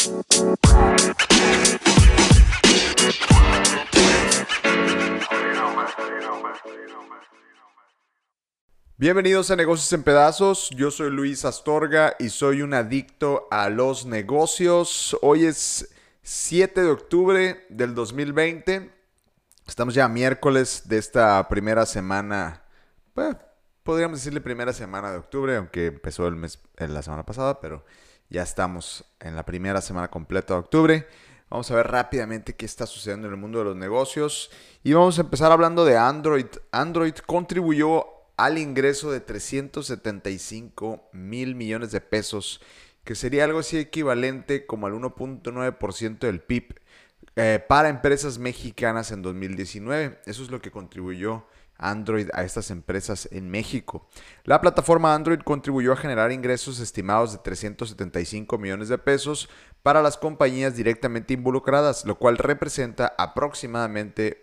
Bienvenidos a Negocios en Pedazos, yo soy Luis Astorga y soy un adicto a los negocios. Hoy es 7 de octubre del 2020, estamos ya miércoles de esta primera semana, podríamos decirle primera semana de octubre, aunque empezó el mes la semana pasada, pero ya estamos en la primera semana completa de octubre. Vamos a ver rápidamente qué está sucediendo en el mundo de los negocios y vamos a empezar hablando de Android. Android contribuyó al ingreso de 375 mil millones de pesos, que sería algo así equivalente como al 1.9% del PIB para empresas mexicanas en 2019. Eso es lo que contribuyó Android a estas empresas en México. La plataforma Android contribuyó a generar ingresos estimados de 375 millones de pesos para las compañías directamente involucradas, lo cual representa aproximadamente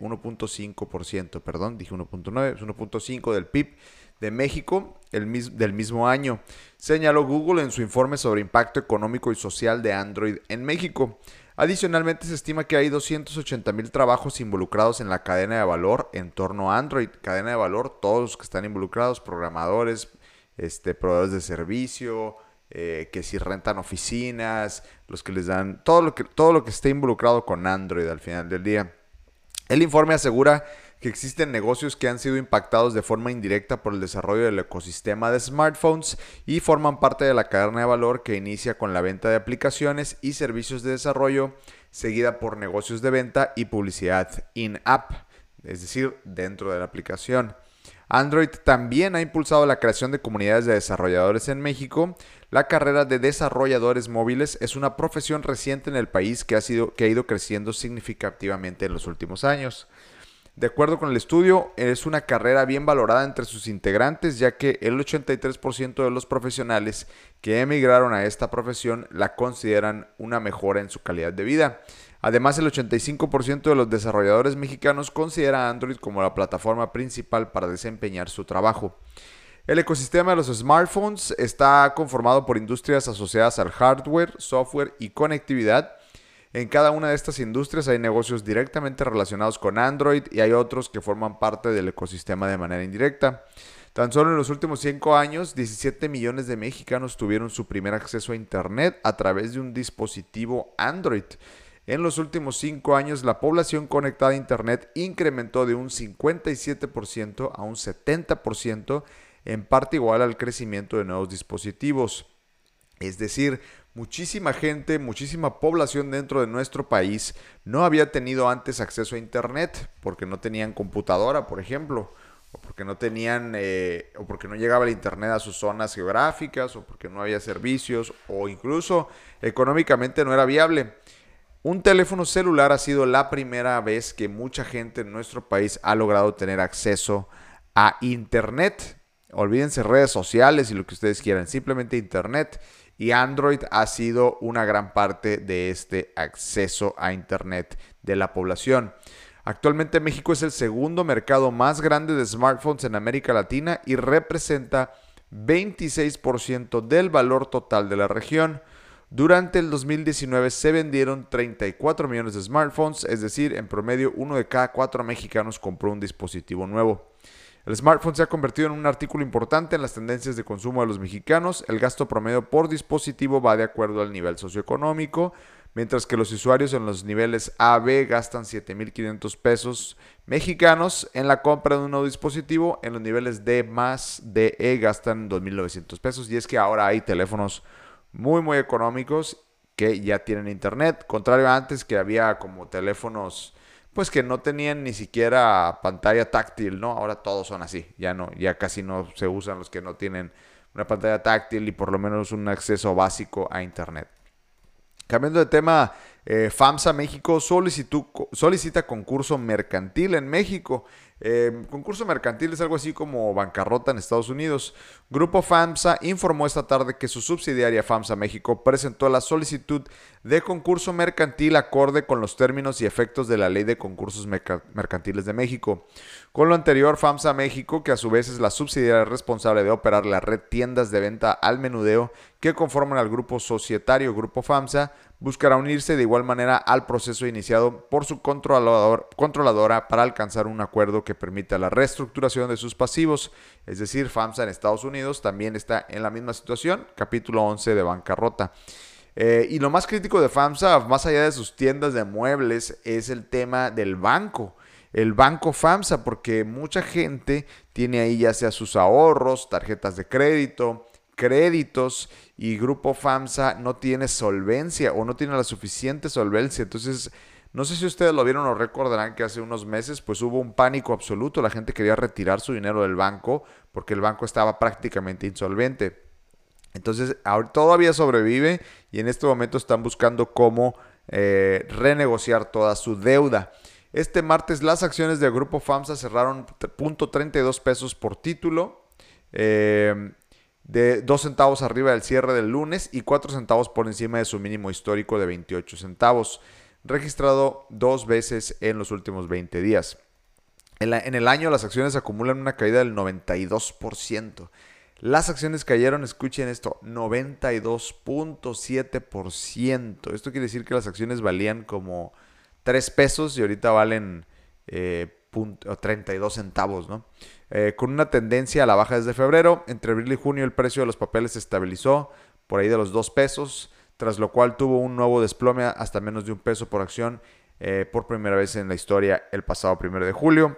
1.5%, perdón, dije 1.9, es 1.5 del PIB de México del mismo año, señaló Google en su informe sobre impacto económico y social de Android en México. Adicionalmente, se estima que hay 280,000 trabajos involucrados en la cadena de valor en torno a Android. Cadena de valor, todos los que están involucrados, programadores, proveedores de servicio, que si rentan oficinas, los que les dan, todo lo que esté involucrado con Android al final del día. El informe asegura que existen negocios que han sido impactados de forma indirecta por el desarrollo del ecosistema de smartphones y forman parte de la cadena de valor que inicia con la venta de aplicaciones y servicios de desarrollo, seguida por negocios de venta y publicidad in-app, es decir, dentro de la aplicación. Android también ha impulsado la creación de comunidades de desarrolladores en México. La carrera de desarrolladores móviles es una profesión reciente en el país que ha ido creciendo significativamente en los últimos años. De acuerdo con el estudio, es una carrera bien valorada entre sus integrantes, ya que el 83% de los profesionales que emigraron a esta profesión la consideran una mejora en su calidad de vida. Además, el 85% de los desarrolladores mexicanos considera a Android como la plataforma principal para desempeñar su trabajo. El ecosistema de los smartphones está conformado por industrias asociadas al hardware, software y conectividad. En cada una de estas industrias hay negocios directamente relacionados con Android y hay otros que forman parte del ecosistema de manera indirecta. Tan solo en los últimos 5 años, 17 millones de mexicanos tuvieron su primer acceso a Internet a través de un dispositivo Android. En los últimos 5 años, la población conectada a Internet incrementó de un 57% a un 70%, en parte igual al crecimiento de nuevos dispositivos. Es decir, muchísima gente, muchísima población dentro de nuestro país no había tenido antes acceso a Internet porque no tenían computadora, por ejemplo, o porque no tenían, o porque no llegaba el Internet a sus zonas geográficas, o porque no había servicios, o incluso económicamente no era viable. Un teléfono celular ha sido la primera vez que mucha gente en nuestro país ha logrado tener acceso a Internet. Olvídense redes sociales y lo que ustedes quieran, simplemente Internet. Y Android ha sido una gran parte de este acceso a Internet de la población. Actualmente México es el segundo mercado más grande de smartphones en América Latina y representa 26% del valor total de la región. Durante el 2019 se vendieron 34 millones de smartphones, es decir, en promedio 1 de cada 4 mexicanos compró un dispositivo nuevo. El smartphone se ha convertido en un artículo importante en las tendencias de consumo de los mexicanos. El gasto promedio por dispositivo va de acuerdo al nivel socioeconómico, mientras que los usuarios en los niveles A, B gastan 7,500 pesos mexicanos en la compra de un nuevo dispositivo. En los niveles D más D, E gastan 2,900 pesos. Y es que ahora hay teléfonos muy económicos que ya tienen internet, contrario a antes que había como teléfonos pues que no tenían ni siquiera pantalla táctil, ¿no? Ahora todos son así, ya casi no se usan los que no tienen una pantalla táctil y por lo menos un acceso básico a internet. Cambiando de tema, FAMSA México solicita concurso mercantil en México. Concurso mercantil es algo así como bancarrota en Estados Unidos. Grupo FAMSA informó esta tarde que su subsidiaria FAMSA México presentó la solicitud de concurso mercantil acorde con los términos y efectos de la Ley de Concursos Mercantiles de México. Con lo anterior, FAMSA México, que a su vez es la subsidiaria responsable de operar la red tiendas de venta al menudeo que conforman al grupo societario Grupo FAMSA, buscará unirse de igual manera al proceso iniciado por su controladora para alcanzar un acuerdo que permita la reestructuración de sus pasivos. Es decir, FAMSA en Estados Unidos también está en la misma situación, capítulo 11 de bancarrota. Y lo más crítico de FAMSA, más allá de sus tiendas de muebles, es el tema del banco. El banco FAMSA, porque mucha gente tiene ahí ya sea sus ahorros, tarjetas de crédito, créditos, y Grupo FAMSA no tiene solvencia o no tiene la suficiente solvencia. Entonces, no sé si ustedes lo vieron o recordarán que hace unos meses pues hubo un pánico absoluto. La gente quería retirar su dinero del banco porque el banco estaba prácticamente insolvente. Entonces, todavía sobrevive y en este momento están buscando cómo renegociar toda su deuda. Este martes las acciones del Grupo FAMSA cerraron $0.32 por título, de 2 centavos arriba del cierre del lunes y 4 centavos por encima de su mínimo histórico de 28 centavos, registrado 2 veces en los últimos 20 días. En el año las acciones acumulan una caída del 92%. Las acciones cayeron, escuchen esto, 92.7%. Esto quiere decir que las acciones valían como 3 pesos y ahorita valen 32 centavos, ¿no? Con una tendencia a la baja desde febrero. Entre abril y junio el precio de los papeles se estabilizó por ahí de los 2 pesos, tras lo cual tuvo un nuevo desplome hasta menos de $1 por acción por primera vez en la historia el pasado 1 de julio.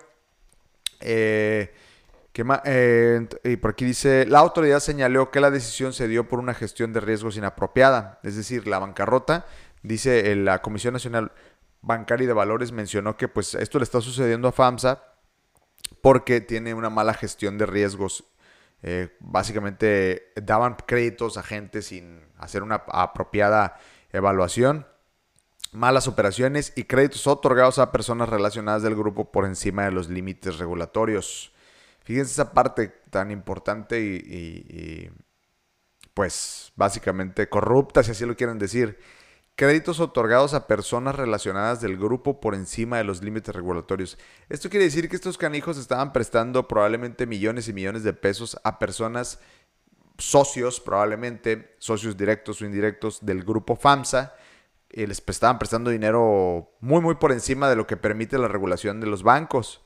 Y por aquí dice, la autoridad señaló que la decisión se dio por una gestión de riesgos inapropiada, es decir, la bancarrota. Dice la Comisión Nacional Bancaria y de Valores mencionó que pues esto le está sucediendo a FAMSA porque tiene una mala gestión de riesgos. Básicamente daban créditos a gente sin hacer una apropiada evaluación, malas operaciones y créditos otorgados a personas relacionadas del grupo por encima de los límites regulatorios. Fíjense esa parte tan importante y pues básicamente corrupta, si así lo quieren decir. Créditos otorgados a personas relacionadas del grupo por encima de los límites regulatorios. Esto quiere decir que estos canijos estaban prestando probablemente millones y millones de pesos a personas, socios, probablemente socios directos o indirectos del grupo FAMSA, y les estaban prestando dinero muy muy por encima de lo que permite la regulación de los bancos.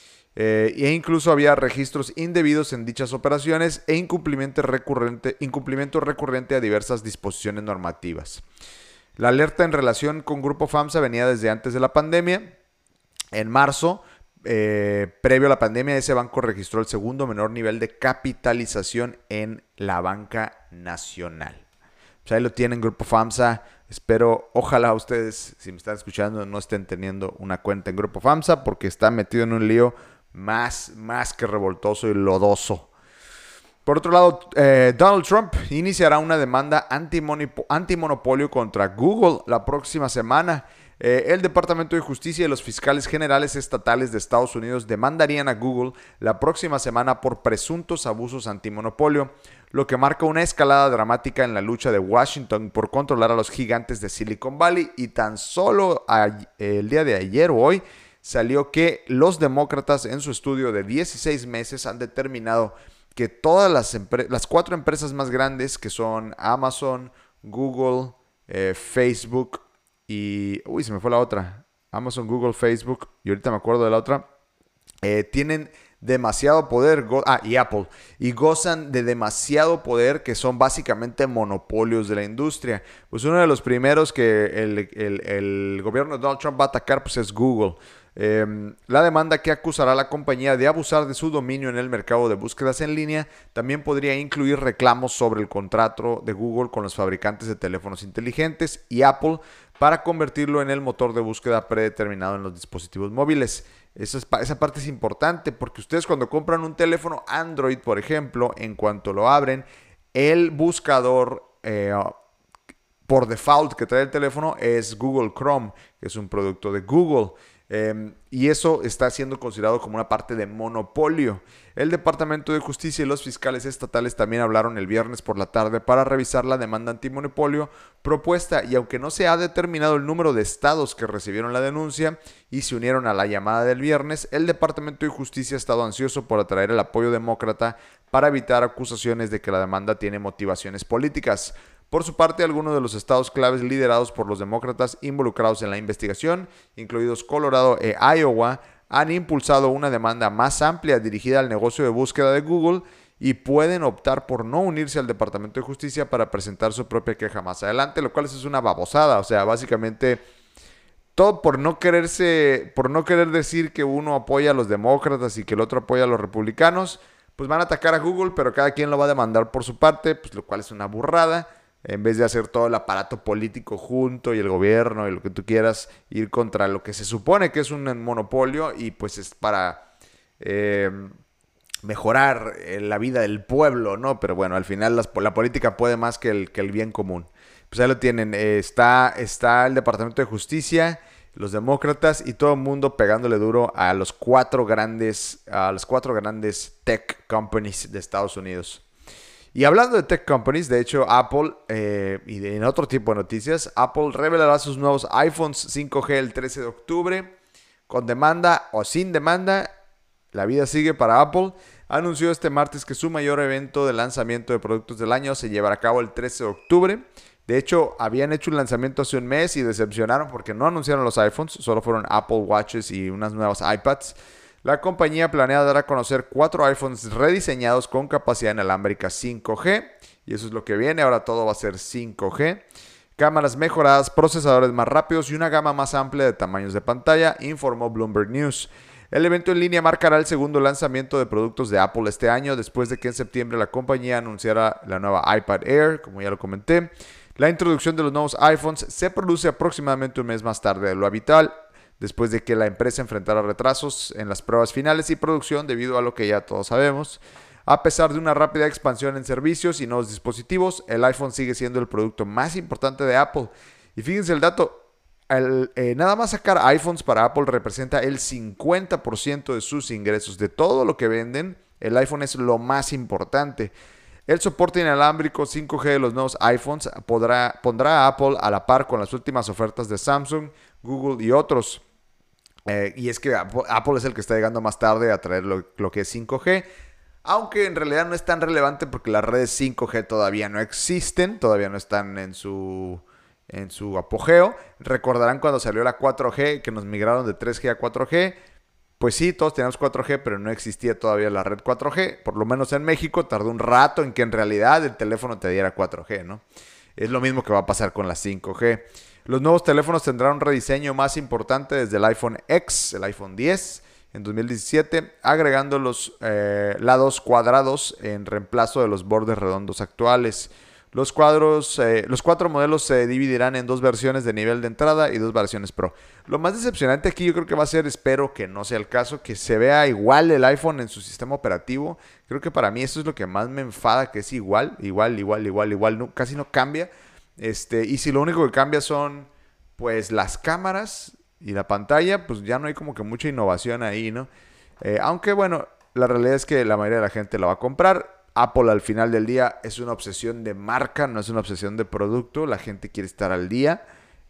E incluso había registros indebidos en dichas operaciones e incumplimiento recurrente a diversas disposiciones normativas. La alerta en relación con Grupo FAMSA venía desde antes de la pandemia. En marzo, previo a la pandemia, ese banco registró el segundo menor nivel de capitalización en la banca nacional. Pues ahí lo tienen, Grupo FAMSA. Espero, ojalá ustedes, si me están escuchando, no estén teniendo una cuenta en Grupo FAMSA porque está metido en un lío más que revoltoso y lodoso. Por otro lado, Donald Trump iniciará una demanda antimonopolio contra Google la próxima semana. El Departamento de Justicia y los fiscales generales estatales de Estados Unidos demandarían a Google la próxima semana por presuntos abusos antimonopolio, lo que marca una escalada dramática en la lucha de Washington por controlar a los gigantes de Silicon Valley. Y tan solo el día de ayer o hoy salió que los demócratas en su estudio de 16 meses han determinado que todas las 4 empresas más grandes, que son Amazon, Google, Facebook y... Uy, se me fue la otra. Amazon, Google, Facebook, y ahorita me acuerdo de la otra. Tienen demasiado poder, y Apple, y gozan de demasiado poder, que son básicamente monopolios de la industria. Pues uno de los primeros que el gobierno de Donald Trump va a atacar pues es Google. La demanda que acusará a la compañía de abusar de su dominio en el mercado de búsquedas en línea también podría incluir reclamos sobre el contrato de Google con los fabricantes de teléfonos inteligentes y Apple para convertirlo en el motor de búsqueda predeterminado en los dispositivos móviles. Esa parte es importante porque ustedes cuando compran un teléfono Android, por ejemplo, en cuanto lo abren, el buscador por default que trae el teléfono es Google Chrome, que es un producto de Google. Y eso está siendo considerado como una parte de monopolio. El Departamento de Justicia y los fiscales estatales también hablaron el viernes por la tarde para revisar la demanda antimonopolio propuesta, y aunque no se ha determinado el número de estados que recibieron la denuncia y se unieron a la llamada del viernes, el Departamento de Justicia ha estado ansioso por atraer el apoyo demócrata para evitar acusaciones de que la demanda tiene motivaciones políticas. Por su parte, algunos de los estados claves liderados por los demócratas involucrados en la investigación, incluidos Colorado e Iowa, han impulsado una demanda más amplia dirigida al negocio de búsqueda de Google y pueden optar por no unirse al Departamento de Justicia para presentar su propia queja más adelante, lo cual es una babosada. O sea, básicamente todo por no querer decir que uno apoya a los demócratas y que el otro apoya a los republicanos, pues van a atacar a Google, pero cada quien lo va a demandar por su parte, pues lo cual es una burrada. En vez de hacer todo el aparato político junto y el gobierno y lo que tú quieras, ir contra lo que se supone que es un monopolio y pues es para mejorar la vida del pueblo, ¿no? Pero bueno, al final la política puede más que el bien común. Pues ahí lo tienen. Está el Departamento de Justicia, los demócratas y todo el mundo pegándole duro a las cuatro grandes tech companies de Estados Unidos. Y hablando de tech companies, de hecho Apple, en otro tipo de noticias, Apple revelará sus nuevos iPhones 5G el 13 de octubre, con demanda o sin demanda. La vida sigue para Apple. Anunció este martes que su mayor evento de lanzamiento de productos del año se llevará a cabo el 13 de octubre. De hecho, habían hecho un lanzamiento hace un mes y decepcionaron porque no anunciaron los iPhones, solo fueron Apple Watches y unas nuevas iPads. La compañía planea dar a conocer 4 iPhones rediseñados con capacidad inalámbrica 5G. Y eso es lo que viene, ahora todo va a ser 5G. Cámaras mejoradas, procesadores más rápidos y una gama más amplia de tamaños de pantalla, informó Bloomberg News. El evento en línea marcará el segundo lanzamiento de productos de Apple este año, después de que en septiembre la compañía anunciara la nueva iPad Air, como ya lo comenté. La introducción de los nuevos iPhones se produce aproximadamente un mes más tarde de lo habitual, después de que la empresa enfrentara retrasos en las pruebas finales y producción debido a lo que ya todos sabemos. A pesar de una rápida expansión en servicios y nuevos dispositivos, el iPhone sigue siendo el producto más importante de Apple. Y fíjense el dato, nada más sacar iPhones para Apple representa el 50% de sus ingresos. De todo lo que venden, el iPhone es lo más importante. El soporte inalámbrico 5G de los nuevos iPhones pondrá a Apple a la par con las últimas ofertas de Samsung, Google y otros. Y es que Apple es el que está llegando más tarde a traer lo que es 5G. Aunque en realidad no es tan relevante porque las redes 5G todavía no existen. Todavía no están en su apogeo. Recordarán cuando salió la 4G que nos migraron de 3G a 4G. Pues sí, todos teníamos 4G, pero no existía todavía la red 4G. Por lo menos en México tardó un rato en que en realidad el teléfono te diera 4G, ¿no? Es lo mismo que va a pasar con la 5G. Los nuevos teléfonos tendrán un rediseño más importante desde el iPhone X, el iPhone X en 2017, agregando los lados cuadrados en reemplazo de los bordes redondos actuales. Los 4 modelos se dividirán en 2 versiones de nivel de entrada y 2 versiones Pro. Lo más decepcionante aquí yo creo que va a ser, espero que no sea el caso, que se vea igual el iPhone en su sistema operativo. Creo que para mí eso es lo que más me enfada, que es igual, no, casi no cambia. Y si lo único que cambia son pues las cámaras y la pantalla, pues ya no hay como que mucha innovación ahí, ¿no? Aunque bueno, la realidad es que la mayoría de la gente la va a comprar. Apple al final del día es una obsesión de marca, no es una obsesión de producto. La gente quiere estar al día.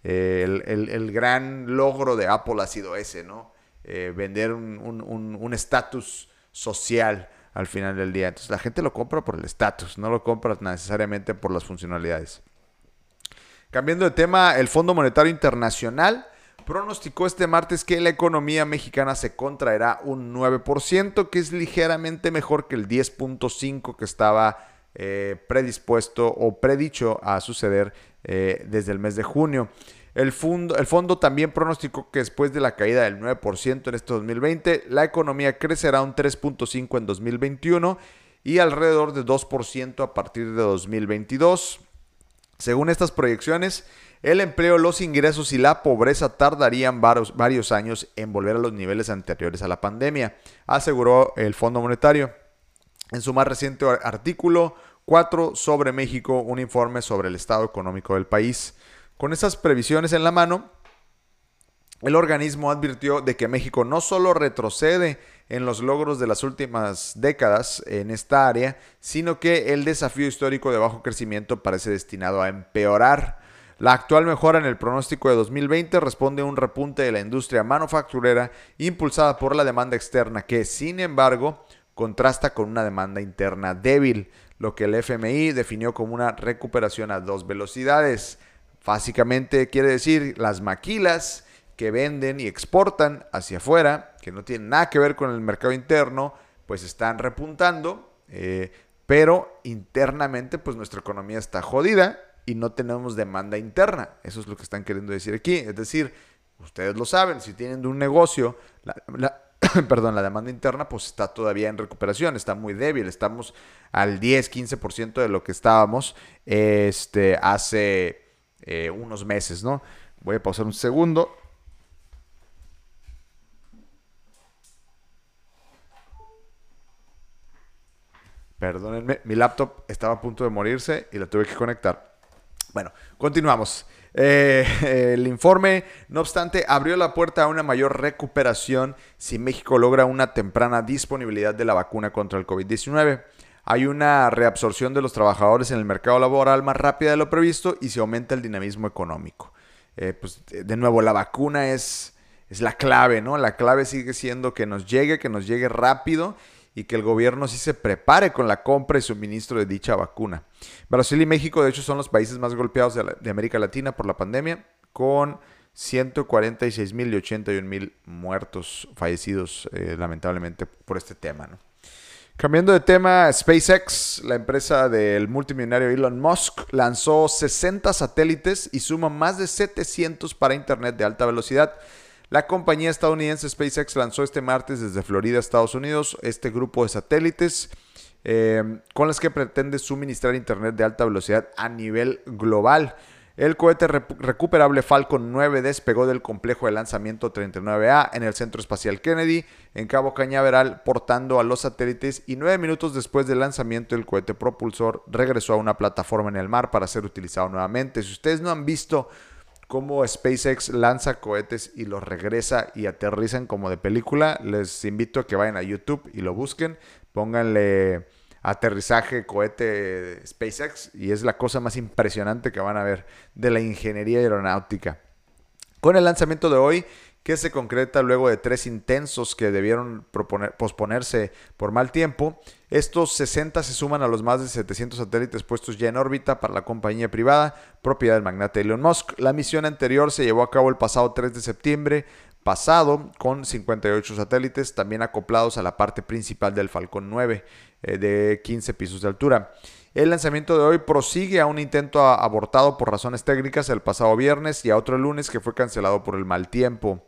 El gran logro de Apple ha sido ese, ¿no? Vender un estatus social al final del día. Entonces la gente lo compra por el estatus, no lo compra necesariamente por las funcionalidades. Cambiando de tema, el Fondo Monetario Internacional pronosticó este martes que la economía mexicana se contraerá un 9%, que es ligeramente mejor que el 10.5% que estaba predispuesto o predicho a suceder desde el mes de junio. El fondo también pronosticó que después de la caída del 9% en este 2020, la economía crecerá un 3.5% en 2021 y alrededor de 2% a partir de 2022. Según estas proyecciones, el empleo, los ingresos y la pobreza tardarían varios años en volver a los niveles anteriores a la pandemia, aseguró el Fondo Monetario. En su más reciente artículo 4 sobre México, un informe sobre el estado económico del país. Con estas previsiones en la mano, El organismo advirtió de que México no solo retrocede en los logros de las últimas décadas en esta área, sino que el desafío histórico de bajo crecimiento parece destinado a empeorar. La actual mejora en el pronóstico de 2020 responde a un repunte de la industria manufacturera impulsada por la demanda externa que, sin embargo, contrasta con una demanda interna débil, lo que el FMI definió como una recuperación a dos velocidades. Básicamente quiere decir las maquilas que venden y exportan hacia afuera, que no tienen nada que ver con el mercado interno, pues están repuntando, pero internamente pues nuestra economía está jodida y no tenemos demanda interna. Eso es lo que están queriendo decir aquí. Es decir, ustedes lo saben, si tienen un negocio, perdón, la demanda interna pues está todavía en recuperación, está muy débil, estamos al 10-15% de lo que estábamos hace unos meses, ¿no? Voy a pausar un segundo. Perdónenme, mi laptop estaba a punto de morirse y la tuve que conectar. Bueno, continuamos. El informe, no obstante, abrió la puerta a una mayor recuperación si México logra una temprana disponibilidad de la vacuna contra el COVID-19. Hay una reabsorción de los trabajadores en el mercado laboral más rápida de lo previsto y se aumenta el dinamismo económico. Pues de nuevo, la vacuna es la clave, ¿no? La clave sigue siendo que nos llegue rápido y que el gobierno sí se prepare con la compra y suministro de dicha vacuna. Brasil y México, de hecho, son los países más golpeados de América Latina por la pandemia, con 146,000 y 81,000 muertos, fallecidos, lamentablemente, por este tema, ¿no? Cambiando de tema, SpaceX, la empresa del multimillonario Elon Musk, lanzó 60 satélites y suma más de 700 para Internet de alta velocidad. La compañía estadounidense SpaceX lanzó este martes desde Florida, Estados Unidos, este grupo de satélites con los que pretende suministrar Internet de alta velocidad a nivel global. El cohete recuperable Falcon 9 despegó del complejo de lanzamiento 39A en el Centro Espacial Kennedy, en Cabo Cañaveral, portando a los satélites, y 9 minutos después del lanzamiento el cohete propulsor regresó a una plataforma en el mar para ser utilizado nuevamente. Si ustedes no han visto cómo SpaceX lanza cohetes y los regresa y aterrizan como de película, les invito a que vayan a YouTube y lo busquen, pónganle aterrizaje cohete SpaceX y es la cosa más impresionante que van a ver de la ingeniería aeronáutica. Con el lanzamiento de hoy, que se concreta luego de 3 intensos que debieron posponerse por mal tiempo, estos 60 se suman a los más de 700 satélites puestos ya en órbita para la compañía privada, propiedad del magnate Elon Musk. La misión anterior se llevó a cabo el pasado 3 de septiembre pasado con 58 satélites, también acoplados a la parte principal del Falcon 9 de 15 pisos de altura. El lanzamiento de hoy prosigue a un intento abortado por razones técnicas el pasado viernes y a otro lunes que fue cancelado por el mal tiempo.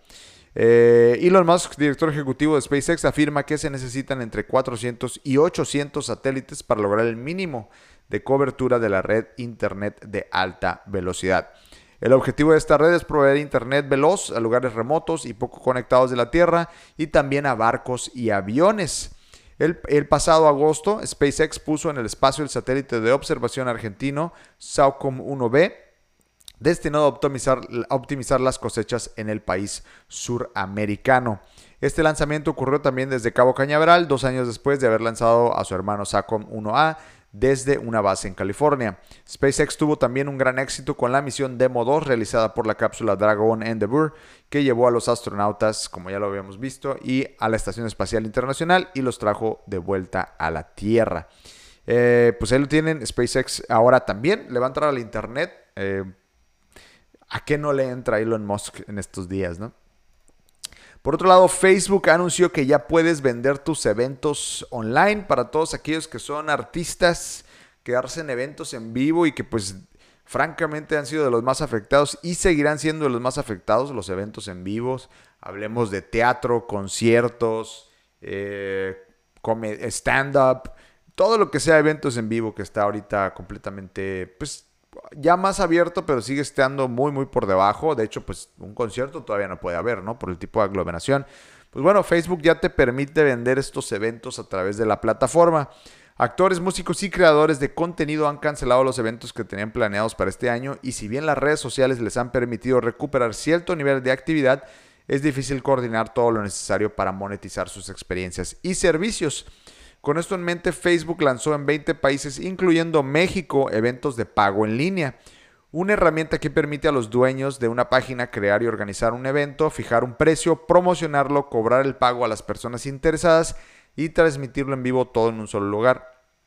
Elon Musk, director ejecutivo de SpaceX, afirma que se necesitan entre 400 y 800 satélites para lograr el mínimo de cobertura de la red Internet de alta velocidad. El objetivo de esta red es proveer Internet veloz a lugares remotos y poco conectados de la Tierra y también a barcos y aviones. El pasado agosto, SpaceX puso en el espacio el satélite de observación argentino Saucom 1B, destinado a optimizar las cosechas en el país suramericano. Este lanzamiento ocurrió también desde Cabo Cañaveral, 2 años después de haber lanzado a su hermano Saucom 1A desde una base en California. SpaceX tuvo también un gran éxito con la misión Demo 2 realizada por la cápsula Dragon Endeavour, que llevó a los astronautas, como ya lo habíamos visto, y a la Estación Espacial Internacional y los trajo de vuelta a la Tierra. Pues ahí lo tienen. SpaceX ahora también le va a entrar al Internet. ¿A qué no le entra Elon Musk en estos días, no? Por otro lado, Facebook anunció que ya puedes vender tus eventos online para todos aquellos que son artistas, que hacen eventos en vivo y que pues francamente han sido de los más afectados y seguirán siendo de los más afectados los eventos en vivos. Hablemos de teatro, conciertos, stand-up, todo lo que sea eventos en vivo que está ahorita completamente pues ya más abierto, pero sigue estando muy muy por debajo. De hecho, pues un concierto todavía no puede haber, ¿no? Por el tipo de aglomeración. Pues bueno, Facebook ya te permite vender estos eventos a través de la plataforma. Actores, músicos y creadores de contenido han cancelado los eventos que tenían planeados para este año y si bien las redes sociales les han permitido recuperar cierto nivel de actividad, es difícil coordinar todo lo necesario para monetizar sus experiencias y servicios. Con esto en mente, Facebook lanzó en 20 países, incluyendo México, eventos de pago en línea. Una herramienta que permite a los dueños de una página crear y organizar un evento, fijar un precio, promocionarlo, cobrar el pago a las personas interesadas y transmitirlo en vivo todo en un solo lugar.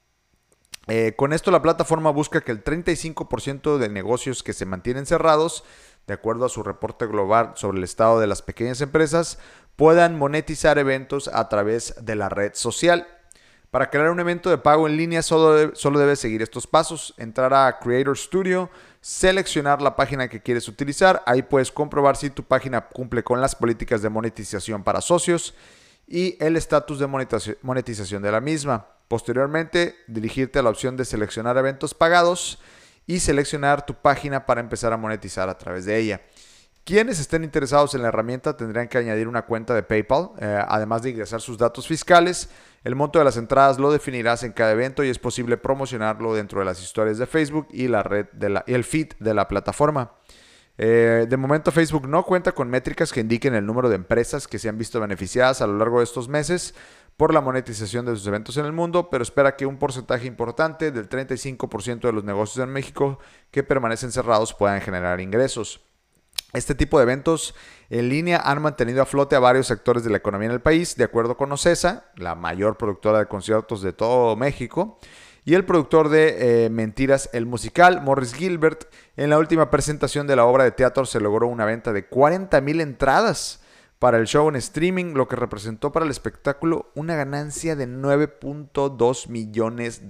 Con esto la plataforma busca que el 35% de negocios que se mantienen cerrados, de acuerdo a su reporte global sobre el estado de las pequeñas empresas, puedan monetizar eventos a través de la red social. Para crear un evento de pago en línea solo debes seguir estos pasos. Entrar a Creator Studio, seleccionar la página que quieres utilizar. Ahí puedes comprobar si tu página cumple con las políticas de monetización para socios y el estatus de monetización de la misma. Posteriormente, dirigirte a la opción de seleccionar eventos pagados y seleccionar tu página para empezar a monetizar a través de ella. Quienes estén interesados en la herramienta tendrán que añadir una cuenta de PayPal, además de ingresar sus datos fiscales. El monto de las entradas lo definirás en cada evento y es posible promocionarlo dentro de las historias de Facebook y el feed de la plataforma. De momento Facebook no cuenta con métricas que indiquen el número de empresas que se han visto beneficiadas a lo largo de estos meses por la monetización de sus eventos en el mundo, pero espera que un porcentaje importante del 35% de los negocios en México que permanecen cerrados puedan generar ingresos. Este tipo de eventos en línea han mantenido a flote a varios sectores de la economía en el país, de acuerdo con OCESA, la mayor productora de conciertos de todo México, y el productor de Mentiras, el musical, Morris Gilbert. En la última presentación de la obra de teatro se logró una venta de 40,000 entradas para el show en streaming, lo que representó para el espectáculo una ganancia de $9.2 millones.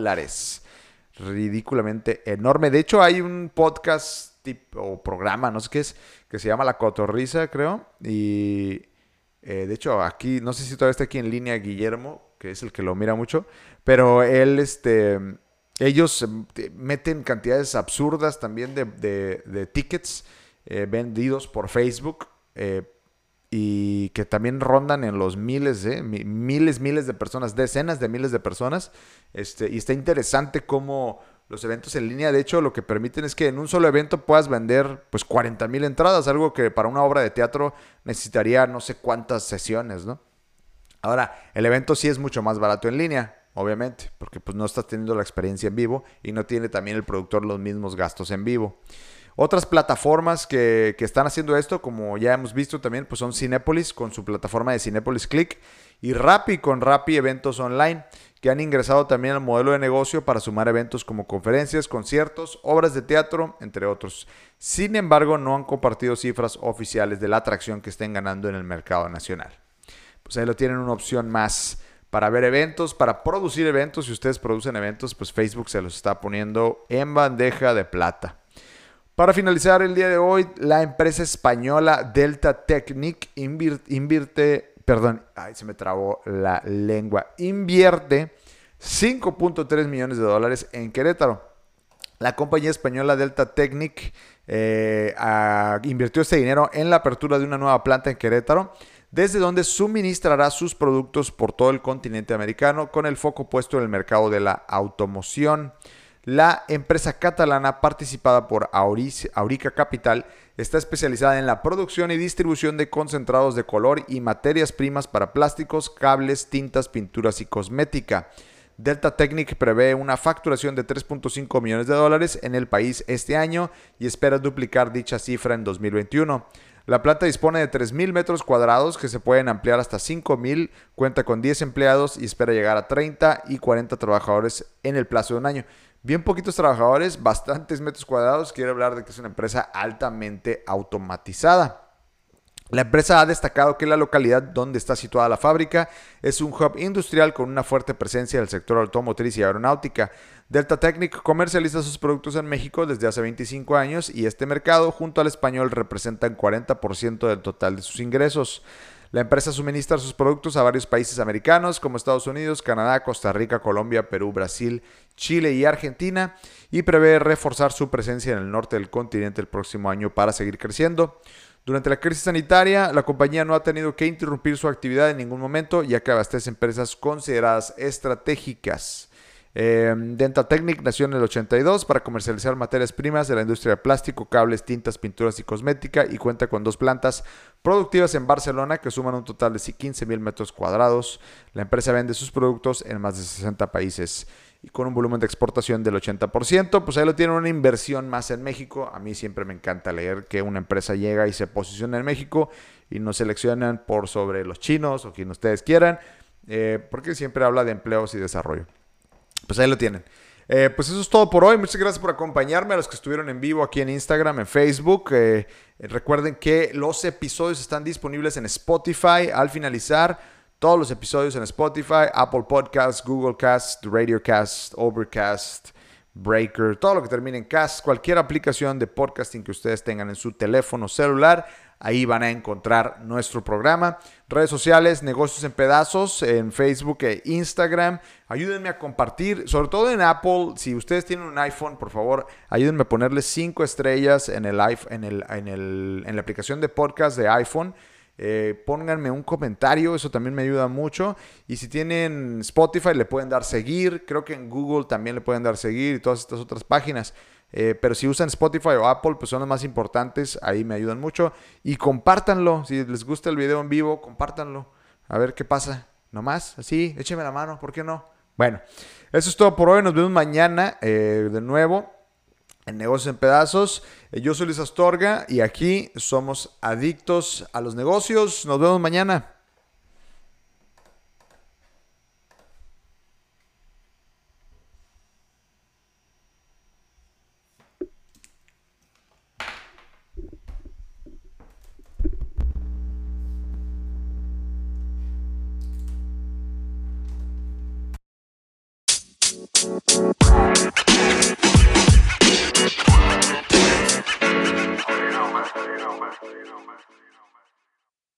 Ridículamente enorme. De hecho, hay un podcast o programa, no sé qué es, que se llama La Cotorrisa, creo. Y de hecho, aquí, no sé si todavía está aquí en línea Guillermo, que es el que lo mira mucho, pero ellos meten cantidades absurdas también de tickets vendidos por Facebook y que también rondan en los miles de personas, decenas de miles de personas. Y está interesante cómo los eventos en línea, de hecho, lo que permiten es que en un solo evento puedas vender pues 40,000 entradas, algo que para una obra de teatro necesitaría no sé cuántas sesiones, ¿no? Ahora, el evento sí es mucho más barato en línea, obviamente, porque pues no estás teniendo la experiencia en vivo y no tiene también el productor los mismos gastos en vivo. Otras plataformas que están haciendo esto, como ya hemos visto también, pues son Cinépolis con su plataforma de Cinépolis Click y Rappi con Rappi Eventos Online, que han ingresado también al modelo de negocio para sumar eventos como conferencias, conciertos, obras de teatro, entre otros. Sin embargo, no han compartido cifras oficiales de la atracción que estén ganando en el mercado nacional. Pues ahí lo tienen, una opción más para ver eventos, para producir eventos. Si ustedes producen eventos, pues Facebook se los está poniendo en bandeja de plata. Para finalizar el día de hoy, la empresa española Delta Technic invierte 5.3 millones de dólares en Querétaro. La compañía española Delta Technic invirtió este dinero en la apertura de una nueva planta en Querétaro, desde donde suministrará sus productos por todo el continente americano, con el foco puesto en el mercado de la automoción. La empresa catalana, participada por Aurica Capital, está especializada en la producción y distribución de concentrados de color y materias primas para plásticos, cables, tintas, pinturas y cosmética. Delta Technic prevé una facturación de 3.5 millones de dólares en el país este año y espera duplicar dicha cifra en 2021. La planta dispone de 3,000 metros cuadrados que se pueden ampliar hasta 5,000, cuenta con 10 empleados y espera llegar a 30 y 40 trabajadores en el plazo de un año. Bien poquitos trabajadores, bastantes metros cuadrados. Quiero hablar de que es una empresa altamente automatizada. La empresa ha destacado que la localidad donde está situada la fábrica es un hub industrial con una fuerte presencia del sector automotriz y aeronáutica. Delta Technic comercializa sus productos en México desde hace 25 años y este mercado, junto al español, representa el 40% del total de sus ingresos. La empresa suministra sus productos a varios países americanos como Estados Unidos, Canadá, Costa Rica, Colombia, Perú, Brasil, Chile y Argentina y prevé reforzar su presencia en el norte del continente el próximo año para seguir creciendo. Durante la crisis sanitaria, la compañía no ha tenido que interrumpir su actividad en ningún momento, ya que abastece empresas consideradas estratégicas. Dental Technic nació en el 82 para comercializar materias primas de la industria de plástico, cables, tintas, pinturas y cosmética, y cuenta con 2 plantas productivas en Barcelona que suman un total de 15,000 metros cuadrados. La empresa vende sus productos en más de 60 países y con un volumen de exportación del 80%. Pues ahí lo tienen, una inversión más en México. A mí siempre me encanta leer que una empresa llega y se posiciona en México y nos seleccionan por sobre los chinos o quien ustedes quieran, porque siempre habla de empleos y desarrollo. Pues ahí lo tienen. Pues eso es todo por hoy. Muchas gracias por acompañarme, a los que estuvieron en vivo aquí en Instagram, en Facebook. Recuerden que los episodios están disponibles en Spotify al finalizar. Todos los episodios en Spotify, Apple Podcasts, Google Cast, Radio Cast, Overcast, Breaker, todo lo que termine en cast, cualquier aplicación de podcasting que ustedes tengan en su teléfono celular, ahí van a encontrar nuestro programa. Redes sociales, Negocios en Pedazos, en Facebook e Instagram. Ayúdenme a compartir, sobre todo en Apple. Si ustedes tienen un iPhone, por favor, ayúdenme a ponerle 5 estrellas en la aplicación de podcast de iPhone. Pónganme un comentario, eso también me ayuda mucho. Y si tienen Spotify, le pueden dar seguir. Creo que en Google también le pueden dar seguir y todas estas otras páginas. Pero si usan Spotify o Apple, pues son las más importantes. Ahí me ayudan mucho. Y compártanlo. Si les gusta el video en vivo, compártanlo. A ver qué pasa. Nomás, así, écheme la mano, ¿por qué no? Bueno, eso es todo por hoy. Nos vemos mañana de nuevo en Negocios en Pedazos. Yo soy Luis Astorga y aquí somos adictos a los negocios. Nos vemos mañana.